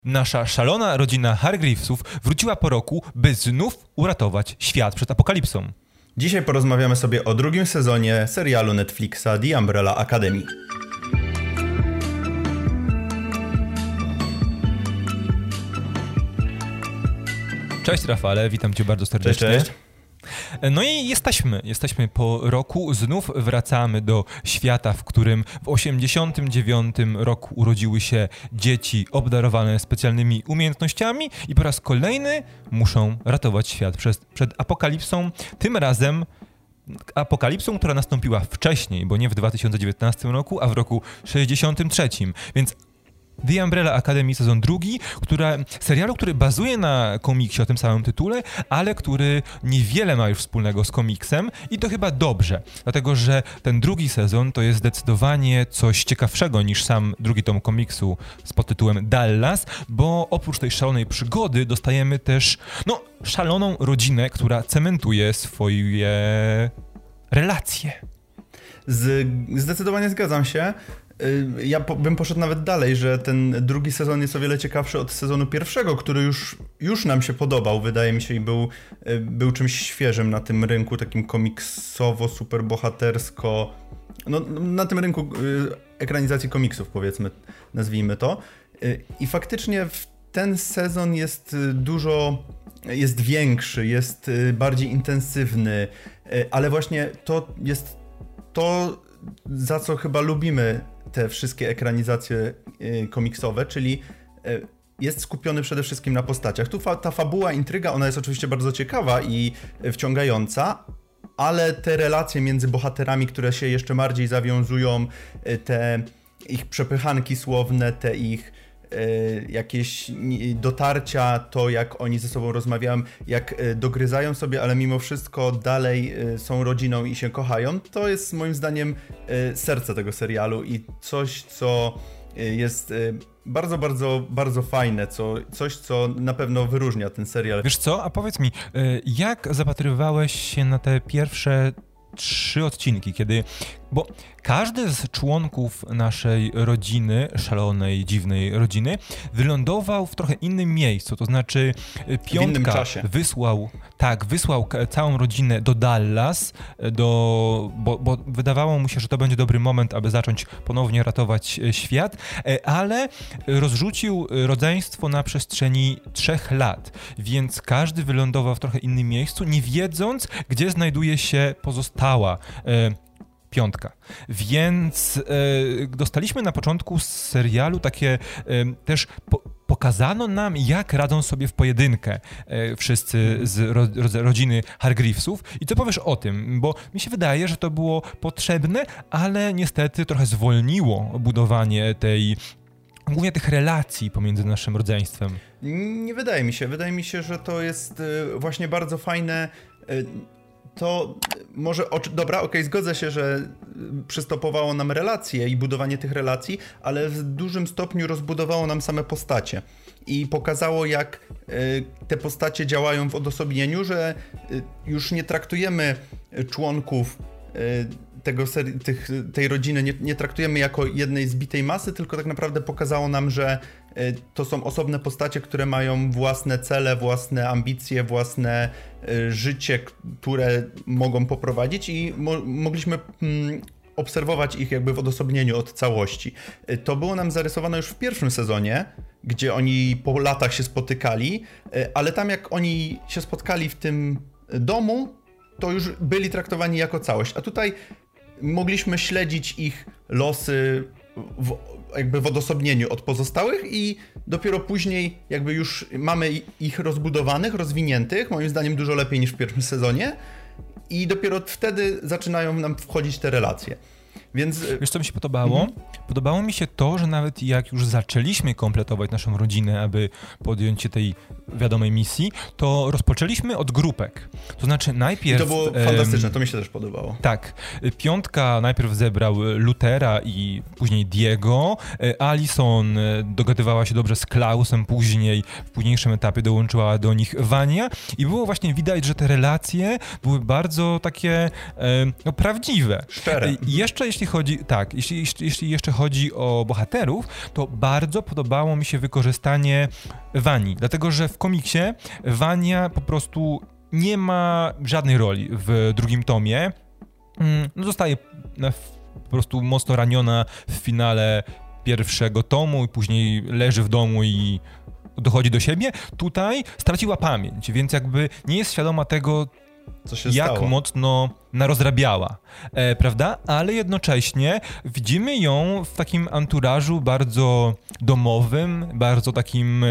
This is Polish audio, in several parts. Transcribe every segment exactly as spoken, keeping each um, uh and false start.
Nasza szalona rodzina Hargreavesów wróciła po roku, by znów uratować świat przed apokalipsą. Dzisiaj porozmawiamy sobie o drugim sezonie serialu Netflixa The Umbrella Academy. Cześć Rafale, witam Cię bardzo serdecznie. Cześć, cześć. No i jesteśmy, jesteśmy po roku, znów wracamy do świata, w którym w osiemdziesiątym dziewiątym roku urodziły się dzieci obdarowane specjalnymi umiejętnościami i po raz kolejny muszą ratować świat przed, przed apokalipsą, tym razem apokalipsą, która nastąpiła wcześniej, bo nie w dwa tysiące dziewiętnastym roku, a w roku sześćdziesiątym trzecim, więc The Umbrella Academy sezon drugi, która, serialu, który bazuje na komiksie o tym samym tytule, ale który niewiele ma już wspólnego z komiksem i to chyba dobrze, dlatego że ten drugi sezon to jest zdecydowanie coś ciekawszego niż sam drugi tom komiksu z podtytułem Dallas, bo oprócz tej szalonej przygody dostajemy też, no, szaloną rodzinę, która cementuje swoje relacje. Z, zdecydowanie zgadzam się. Ja po, bym poszedł nawet dalej, że ten drugi sezon jest o wiele ciekawszy od sezonu pierwszego, który już, już nam się podobał, wydaje mi się, i był, był czymś świeżym na tym rynku, takim komiksowo, superbohatersko, no, na tym rynku ekranizacji komiksów, powiedzmy, nazwijmy to. I faktycznie ten sezon jest dużo, jest większy, jest bardziej intensywny, ale właśnie to jest to, za co chyba lubimy te wszystkie ekranizacje komiksowe, czyli jest skupiony przede wszystkim na postaciach. Tu fa- ta fabuła, intryga, ona jest oczywiście bardzo ciekawa i wciągająca, ale te relacje między bohaterami, które się jeszcze bardziej zawiązują, te ich przepychanki słowne, te ich jakieś dotarcia, to jak oni ze sobą rozmawiają, jak dogryzają sobie, ale mimo wszystko dalej są rodziną i się kochają, to jest moim zdaniem serce tego serialu i coś, co jest bardzo, bardzo, bardzo fajne, co, coś, co na pewno wyróżnia ten serial. Wiesz co, a powiedz mi, jak zapatrywałeś się na te pierwsze trzy odcinki, kiedy, bo każdy z członków naszej rodziny, szalonej, dziwnej rodziny, wylądował w trochę innym miejscu, to znaczy Piątka wysłał, tak, wysłał całą rodzinę do Dallas, do, bo, bo wydawało mu się, że to będzie dobry moment, aby zacząć ponownie ratować świat, ale rozrzucił rodzeństwo na przestrzeni trzech lat, więc każdy wylądował w trochę innym miejscu, nie wiedząc, gdzie znajduje się pozostała Piątka. Więc e, dostaliśmy na początku serialu takie e, też po, pokazano nam, jak radzą sobie w pojedynkę e, wszyscy z ro, ro, rodziny Hargreavesów. I co powiesz o tym? Bo mi się wydaje, że to było potrzebne, ale niestety trochę zwolniło budowanie tej, głównie tych relacji pomiędzy naszym rodzeństwem. Nie wydaje mi się. Wydaje mi się, że to jest właśnie bardzo fajne. To może, dobra, okej, okay, zgodzę się, że przystopowało nam relacje i budowanie tych relacji, ale w dużym stopniu rozbudowało nam same postacie i pokazało, jak te postacie działają w odosobnieniu, że już nie traktujemy członków tego seri- tych, tej rodziny, nie, nie traktujemy jako jednej zbitej masy, tylko tak naprawdę pokazało nam, że to są osobne postacie, które mają własne cele, własne ambicje, własne życie, które mogą poprowadzić i mo- mogliśmy mm, obserwować ich jakby w odosobnieniu od całości. To było nam zarysowane już w pierwszym sezonie, gdzie oni po latach się spotykali, ale tam jak oni się spotkali w tym domu, to już byli traktowani jako całość, a tutaj mogliśmy śledzić ich losy w, jakby w odosobnieniu od pozostałych i dopiero później jakby już mamy ich rozbudowanych, rozwiniętych, moim zdaniem dużo lepiej niż w pierwszym sezonie i dopiero wtedy zaczynają nam wchodzić te relacje. Więc... Wiesz, co mi się podobało? Mhm. Podobało mi się to, że nawet jak już zaczęliśmy kompletować naszą rodzinę, aby podjąć się tej wiadomej misji, to rozpoczęliśmy od grupek. To znaczy najpierw... I to było em, fantastyczne, to mi się też podobało. Tak. Piątka najpierw zebrał Luthera i później Diego. Alison dogadywała się dobrze z Klausem, później w późniejszym etapie dołączyła do nich Wania i było właśnie widać, że te relacje były bardzo takie no, prawdziwe. Szczere. I jeszcze jeśli jeśli chodzi, tak, jeśli, jeśli, jeśli jeszcze chodzi o bohaterów, to bardzo podobało mi się wykorzystanie Wani, dlatego że w komiksie Wania po prostu nie ma żadnej roli w drugim tomie. No, zostaje po prostu mocno raniona w finale pierwszego tomu i później leży w domu i dochodzi do siebie. Tutaj straciła pamięć, więc jakby nie jest świadoma tego, co się jak stało. mocno narozrabiała, e, prawda? Ale jednocześnie widzimy ją w takim anturażu bardzo domowym, bardzo takim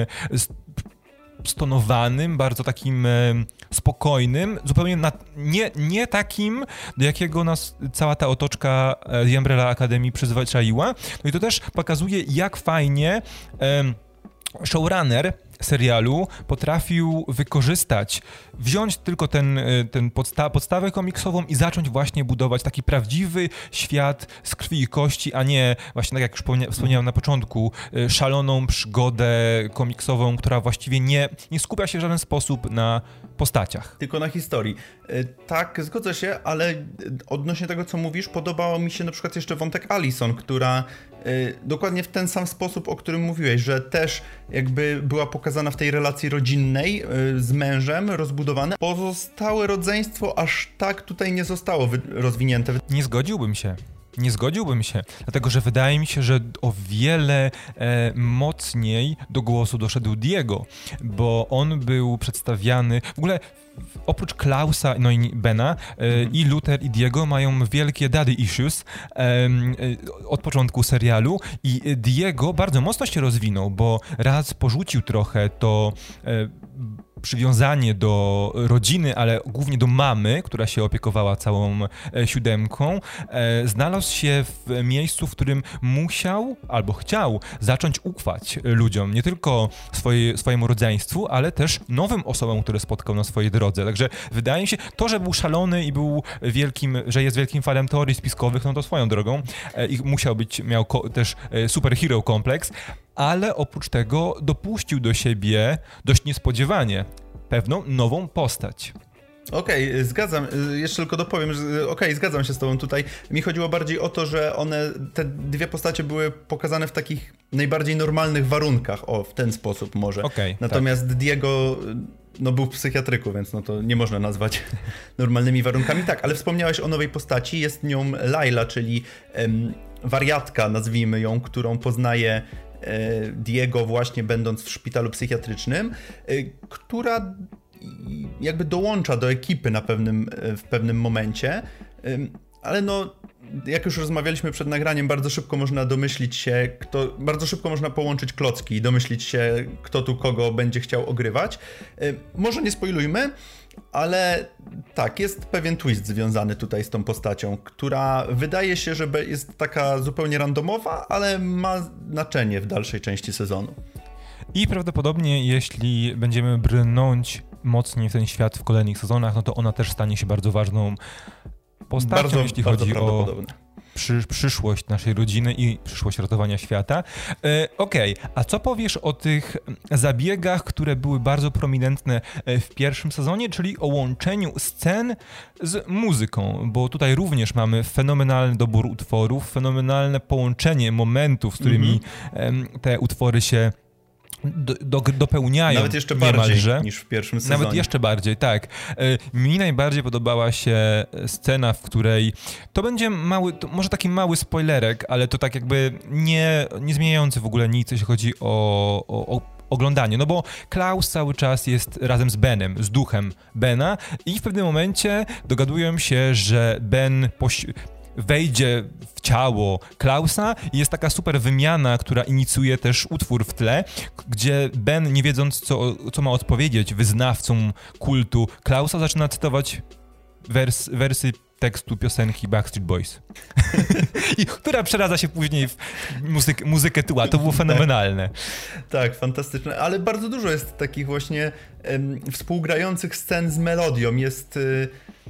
stonowanym, bardzo takim e, spokojnym, zupełnie na, nie, nie takim, do jakiego nas cała ta otoczka e, The Umbrella Academy przyzwyczaiła. No i to też pokazuje, jak fajnie e, showrunner serialu potrafił wykorzystać, wziąć tylko ten, ten podsta- podstawę komiksową i zacząć właśnie budować taki prawdziwy świat z krwi i kości, a nie właśnie tak jak już wspomnia- wspomniałem na początku, szaloną przygodę komiksową, która właściwie nie, nie skupia się w żaden sposób na postaciach. Tylko na historii. Tak, zgodzę się, ale odnośnie tego, co mówisz, podobało mi się na przykład jeszcze wątek Alison, która dokładnie w ten sam sposób, o którym mówiłeś, że też jakby była pokazana w tej relacji rodzinnej z mężem, rozbudowane. Pozostałe rodzeństwo aż tak tutaj nie zostało rozwinięte. Nie zgodziłbym się. Nie zgodziłbym się, dlatego że wydaje mi się, że o wiele e, mocniej do głosu doszedł Diego, bo on był przedstawiany, w ogóle oprócz Klausa, no i Bena, e, i Luther i Diego mają wielkie daddy issues e, e, od początku serialu i Diego bardzo mocno się rozwinął, bo raz porzucił trochę to e, przywiązanie do rodziny, ale głównie do mamy, która się opiekowała całą e, siódemką, e, znalazł się w miejscu, w którym musiał albo chciał zacząć ufać ludziom, nie tylko swoje, swojemu rodzeństwu, ale też nowym osobom, które spotkał na swojej drodze. Także wydaje mi się, to, że był szalony i był wielkim, że jest wielkim fanem teorii spiskowych, no to swoją drogą e, i musiał być, miał ko- też e, superhero kompleks, ale oprócz tego dopuścił do siebie dość niespodziewanie pewną nową postać. Okej, okay, zgadzam, jeszcze tylko dopowiem, że okej, okay, zgadzam się z tobą tutaj. Mi chodziło bardziej o to, że one, te dwie postacie były pokazane w takich najbardziej normalnych warunkach, o, w ten sposób może. Okay, Natomiast tak. Diego, no był w psychiatryku, więc no to nie można nazwać normalnymi warunkami. Tak, ale wspomniałeś o nowej postaci, jest nią Layla, czyli em, wariatka, nazwijmy ją, którą poznaje Diego właśnie będąc w szpitalu psychiatrycznym, która jakby dołącza do ekipy na pewnym, w pewnym momencie, ale no jak już rozmawialiśmy przed nagraniem, bardzo szybko można domyślić się, kto, bardzo szybko można połączyć klocki i domyślić się, kto tu kogo będzie chciał ogrywać. Może nie spoilujmy, ale tak, jest pewien twist związany tutaj z tą postacią, która wydaje się, że jest taka zupełnie randomowa, ale ma znaczenie w dalszej części sezonu. I prawdopodobnie, jeśli będziemy brnąć mocniej w ten świat w kolejnych sezonach, no to ona też stanie się bardzo ważną postacią, bardzo, jeśli bardzo chodzi o przy, przyszłość naszej rodziny i przyszłość ratowania świata. E, Okej, okay. A co powiesz o tych zabiegach, które były bardzo prominentne w pierwszym sezonie, czyli o łączeniu scen z muzyką, bo tutaj również mamy fenomenalny dobór utworów, fenomenalne połączenie momentów, z którymi mm-hmm. te utwory się Do, do, dopełniają. Nawet jeszcze bardziej niemalże. niż w pierwszym sezonie. Nawet jeszcze bardziej, tak. Mi najbardziej podobała się scena, w której to będzie mały, to może taki mały spoilerek, ale to tak jakby nie, nie zmieniający w ogóle nic, jeśli chodzi o, o, o oglądanie, no bo Klaus cały czas jest razem z Benem, z duchem Bena i w pewnym momencie dogadują się, że Ben poś- wejdzie w ciało Klausa i jest taka super wymiana, która inicjuje też utwór w tle, gdzie Ben, nie wiedząc co, co ma odpowiedzieć wyznawcom kultu Klausa, zaczyna cytować wers, wersy tekstu piosenki Backstreet Boys. I która przeradza się później w muzyk, muzykę tła. To było fenomenalne. Tak, tak, fantastyczne. Ale bardzo dużo jest takich właśnie um, współgrających scen z melodią. Jest... Y-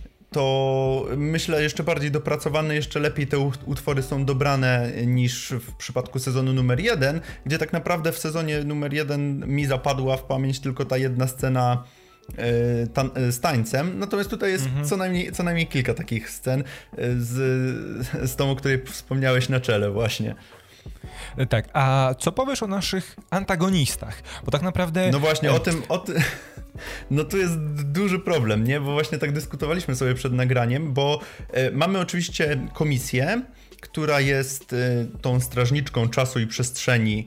to myślę jeszcze bardziej dopracowane, jeszcze lepiej te utwory są dobrane niż w przypadku sezonu numer jeden, gdzie tak naprawdę w sezonie numer jeden mi zapadła w pamięć tylko ta jedna scena Tan z tańcem, natomiast tutaj jest mhm. co, najmniej, co najmniej kilka takich scen z, z tą, o której wspomniałeś na czele właśnie. Tak, a co powiesz o naszych antagonistach? Bo tak naprawdę... No właśnie, o tym... O ty... No tu jest duży problem, nie? Bo właśnie tak dyskutowaliśmy sobie przed nagraniem, bo y, mamy oczywiście komisję, która jest y, tą strażniczką czasu i przestrzeni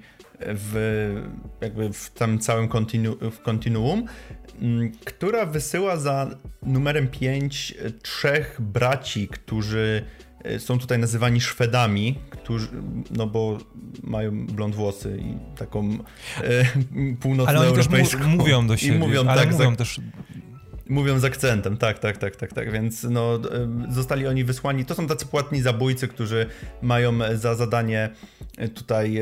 w, jakby w tym całym kontinu w kontinuum, która wysyła za numerem pięć trzech braci, którzy są tutaj nazywani Szwedami, którzy, no bo mają blond włosy i taką e, północnoeuropejską... Ale oni też mówią do siebie, mówią, ale tak, mówią za, też... Mówią z akcentem, tak, tak, tak, tak, tak, więc no zostali oni wysłani, to są tacy płatni zabójcy, którzy mają za zadanie tutaj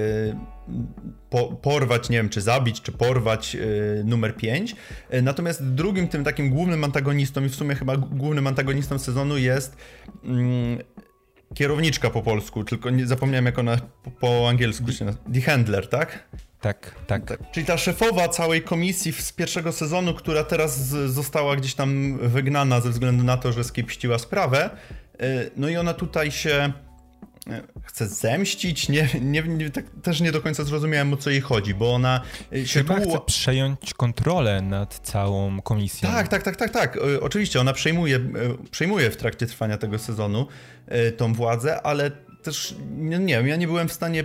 po, porwać, nie wiem, czy zabić, czy porwać numer pięć. Natomiast drugim tym takim głównym antagonistą i w sumie chyba głównym antagonistą sezonu jest mm, kierowniczka po polsku, tylko nie zapomniałem jak ona po, po angielsku się nazywa. The Handler, tak? Tak, tak, tak. Czyli ta szefowa całej komisji z pierwszego sezonu, która teraz została gdzieś tam wygnana ze względu na to, że skiepściła sprawę. No i ona tutaj się chce zemścić. Nie, nie, nie, tak też nie do końca zrozumiałem, o co jej chodzi, bo ona się Chyba długo... chce przejąć kontrolę nad całą komisją. Tak, tak, tak, tak, tak. Oczywiście ona przejmuje, przejmuje w trakcie trwania tego sezonu tą władzę, ale też nie, nie wiem, ja nie byłem w stanie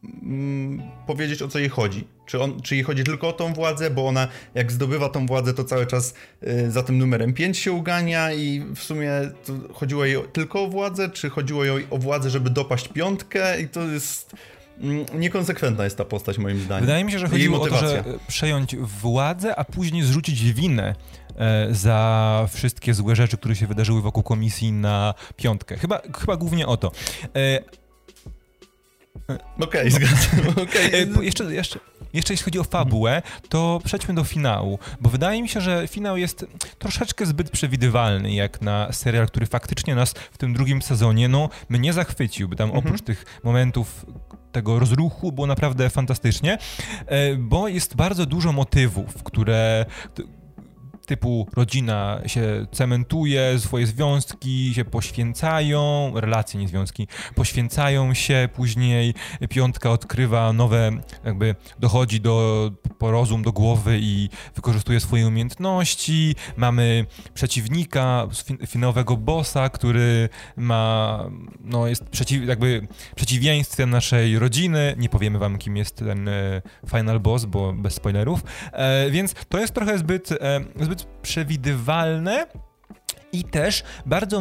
mm, powiedzieć, o co jej chodzi. Czy, on, czy jej chodzi tylko o tą władzę, bo ona jak zdobywa tą władzę, to cały czas y, za tym numerem pięć się ugania i w sumie to chodziło jej tylko o władzę, czy chodziło jej o władzę, żeby dopaść piątkę i to jest... mm, Niekonsekwentna jest ta postać moim zdaniem. Wydaje mi się, że chodziło o to, że przejąć władzę, a później zrzucić winę e, za wszystkie złe rzeczy, które się wydarzyły wokół komisji na piątkę. Chyba, chyba głównie o to. E, Okej, okay, zgadzam. Okay. E, jeszcze, jeszcze, jeszcze jeśli chodzi o fabułę, to przejdźmy do finału, bo wydaje mi się, że finał jest troszeczkę zbyt przewidywalny, jak na serial, który faktycznie nas w tym drugim sezonie, no, mnie zachwycił, bo tam mhm. oprócz tych momentów tego rozruchu było naprawdę fantastycznie, bo jest bardzo dużo motywów, które... typu rodzina się cementuje, swoje związki się poświęcają, relacje, nie związki, poświęcają się, później piątka odkrywa nowe, jakby dochodzi do porozum, do głowy i wykorzystuje swoje umiejętności. Mamy przeciwnika, finałowego bossa, który ma, no jest przeciw, jakby przeciwieństwem naszej rodziny. Nie powiemy wam, kim jest ten final boss, bo bez spoilerów. E, więc to jest trochę zbyt, e, zbyt przewidywalne i też bardzo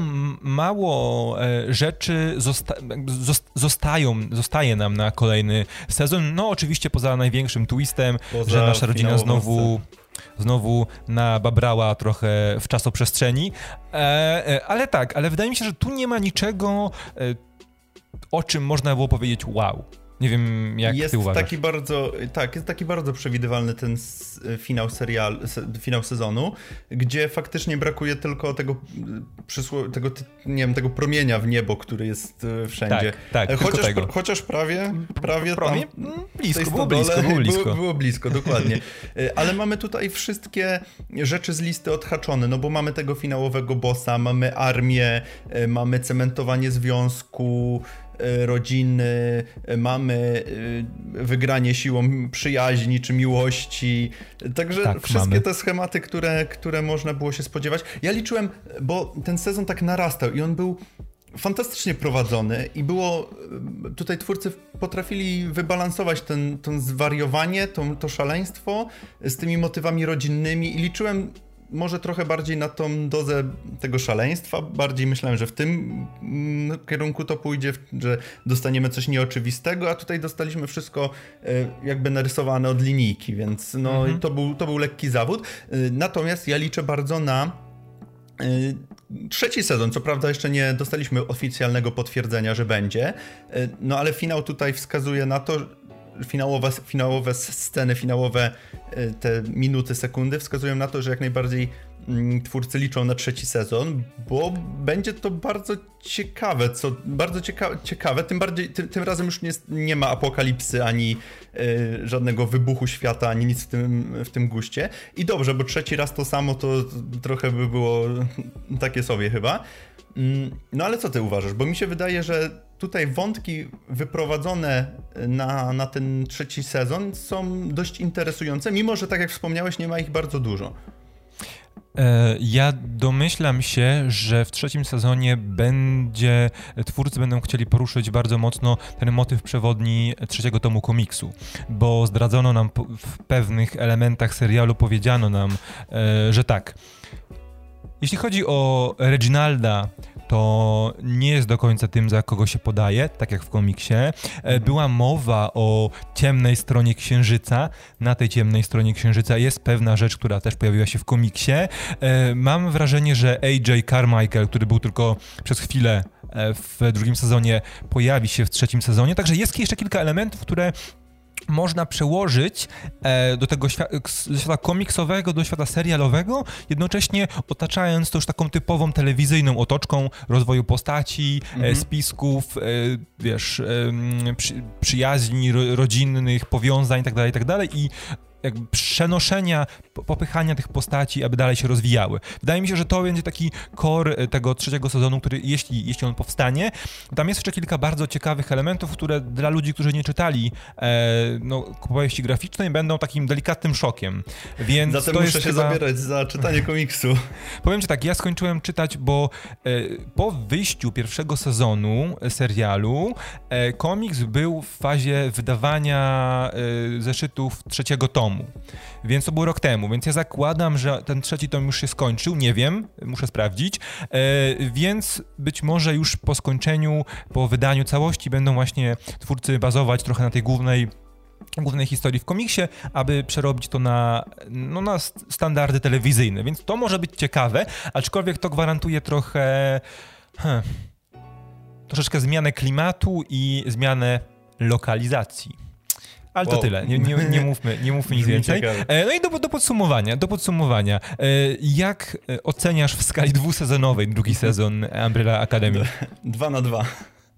mało e, rzeczy zosta zostają, zostaje nam na kolejny sezon. No oczywiście poza największym twistem, poza że nasza rodzina znowu, znowu nababrała trochę w czasoprzestrzeni. E, e, ale tak, ale wydaje mi się, że tu nie ma niczego, e, o czym można było powiedzieć wow. Nie wiem, jak jest ty uważasz. Taki bardzo, tak, jest taki bardzo przewidywalny ten finał serial, finał sezonu, gdzie faktycznie brakuje tylko tego, tego, nie wiem, tego promienia w niebo, który jest wszędzie. Tak, tak, chociaż, tego. chociaż prawie, prawie tam blisko, było blisko, było blisko. Było, było blisko, dokładnie. Ale mamy tutaj wszystkie rzeczy z listy odhaczone, no bo mamy tego finałowego bossa, mamy armię, mamy cementowanie związku, rodziny, mamy wygranie siłą przyjaźni czy miłości. Także tak, wszystkie mamy. Te schematy, które, które można było się spodziewać. Ja liczyłem, bo ten sezon tak narastał i on był fantastycznie prowadzony i było, tutaj twórcy potrafili wybalansować ten, to zwariowanie, to, to szaleństwo z tymi motywami rodzinnymi i liczyłem może trochę bardziej na tą dozę tego szaleństwa, bardziej myślałem, że w tym kierunku to pójdzie, że dostaniemy coś nieoczywistego, a tutaj dostaliśmy wszystko jakby narysowane od linijki, więc no mhm. to, był, to był lekki zawód. Natomiast ja liczę bardzo na trzeci sezon, co prawda jeszcze nie dostaliśmy oficjalnego potwierdzenia, że będzie, no ale finał tutaj wskazuje na to, finałowe, finałowe sceny, finałowe te minuty, sekundy wskazują na to, że jak najbardziej twórcy liczą na trzeci sezon, bo będzie to bardzo ciekawe, co bardzo cieka ciekawe, tym bardziej, tym, tym razem już nie, nie ma apokalipsy, ani y, żadnego wybuchu świata, ani nic w tym, w tym guście. I dobrze, bo trzeci raz to samo, to, to trochę by było takie sobie chyba. No ale co ty uważasz? Bo mi się wydaje, że tutaj wątki wyprowadzone na, na ten trzeci sezon są dość interesujące, mimo że tak jak wspomniałeś, nie ma ich bardzo dużo. Ja domyślam się, że w trzecim sezonie będzie, twórcy będą chcieli poruszyć bardzo mocno ten motyw przewodni trzeciego tomu komiksu, bo zdradzono nam w pewnych elementach serialu, powiedziano nam, że tak, jeśli chodzi o Reginalda, to nie jest do końca tym, za kogo się podaje, tak jak w komiksie. Była mowa o ciemnej stronie Księżyca. Na tej ciemnej stronie Księżyca jest pewna rzecz, która też pojawiła się w komiksie. Mam wrażenie, że A J Carmichael, który był tylko przez chwilę w drugim sezonie, pojawi się w trzecim sezonie. Także jest jeszcze kilka elementów, które można przełożyć e, do tego świata, świata komiksowego, do świata serialowego, jednocześnie otaczając to już taką typową telewizyjną otoczką rozwoju postaci, mhm. e, spisków, e, wiesz, e, przy, przyjaźni ro, rodzinnych, powiązań itd., itd. I jakby przenoszenia, popychania tych postaci, aby dalej się rozwijały. Wydaje mi się, że to będzie taki core tego trzeciego sezonu, który jeśli, jeśli on powstanie, tam jest jeszcze kilka bardzo ciekawych elementów, które dla ludzi, którzy nie czytali e, no, powieści graficznej, będą takim delikatnym szokiem. Więc Zatem to muszę jest się chyba... zabierać za czytanie komiksu. Powiem ci tak, ja skończyłem czytać, bo e, po wyjściu pierwszego sezonu serialu e, komiks był w fazie wydawania e, zeszytów trzeciego tomu. Więc to było rok temu, więc ja zakładam, że ten trzeci tom już się skończył, nie wiem, muszę sprawdzić, e, więc być może już po skończeniu, po wydaniu całości będą właśnie twórcy bazować trochę na tej głównej głównej historii w komiksie, aby przerobić to na, no, na standardy telewizyjne, więc to może być ciekawe, aczkolwiek to gwarantuje trochę hmm, troszeczkę zmianę klimatu i zmianę lokalizacji. Ale to wow. tyle, nie, nie, nie, mówmy, nie mówmy nic więcej. No i do, do podsumowania, do podsumowania. Jak oceniasz w skali dwusezonowej drugi sezon Umbrella Academy? Dwa na dwa.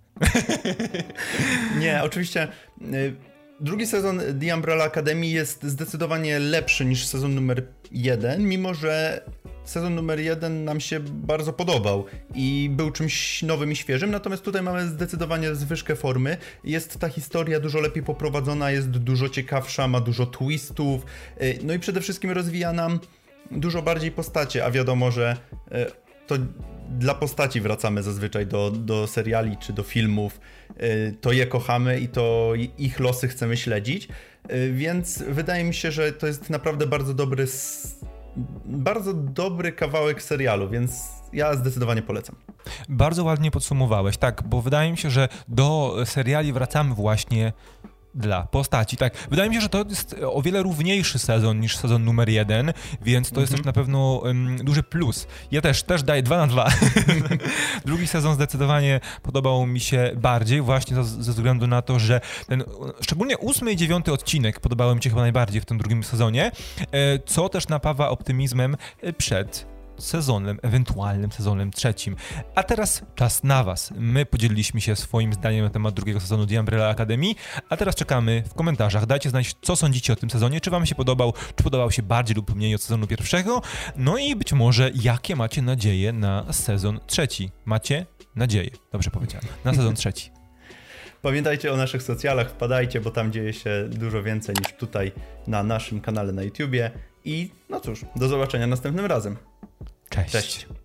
Nie, oczywiście drugi sezon The Umbrella Academy jest zdecydowanie lepszy niż sezon numer jeden, mimo że sezon numer jeden nam się bardzo podobał i był czymś nowym i świeżym, natomiast tutaj mamy zdecydowanie zwyżkę formy. Jest ta historia dużo lepiej poprowadzona, jest dużo ciekawsza, ma dużo twistów, no i przede wszystkim rozwija nam dużo bardziej postacie, a wiadomo, że to dla postaci wracamy zazwyczaj do, do seriali czy do filmów, to je kochamy i to ich losy chcemy śledzić, więc wydaje mi się, że to jest naprawdę bardzo dobry bardzo dobry kawałek serialu, więc ja zdecydowanie polecam. Bardzo ładnie podsumowałeś, tak, bo wydaje mi się, że do seriali wracamy właśnie dla postaci, tak. Wydaje mi się, że to jest o wiele równiejszy sezon niż sezon numer jeden, więc to mm-hmm. jest też na pewno um, duży plus. Ja też, też daję dwa na dwa. Drugi sezon zdecydowanie podobał mi się bardziej, właśnie ze, ze względu na to, że ten, szczególnie ósmy i dziewiąty odcinek podobały mi się chyba najbardziej w tym drugim sezonie, co też napawa optymizmem przed sezonem, ewentualnym sezonem trzecim. A teraz czas na was. My podzieliliśmy się swoim zdaniem na temat drugiego sezonu The Umbrella Academy, a teraz czekamy w komentarzach. Dajcie znać, co sądzicie o tym sezonie, czy wam się podobał, czy podobał się bardziej lub mniej od sezonu pierwszego, no i być może jakie macie nadzieje na sezon trzeci. Macie nadzieję, dobrze powiedziałem, na sezon trzeci. Pamiętajcie o naszych socjalach, wpadajcie, bo tam dzieje się dużo więcej niż tutaj na naszym kanale na YouTubie i no cóż, do zobaczenia następnym razem. Cześć. Cześć.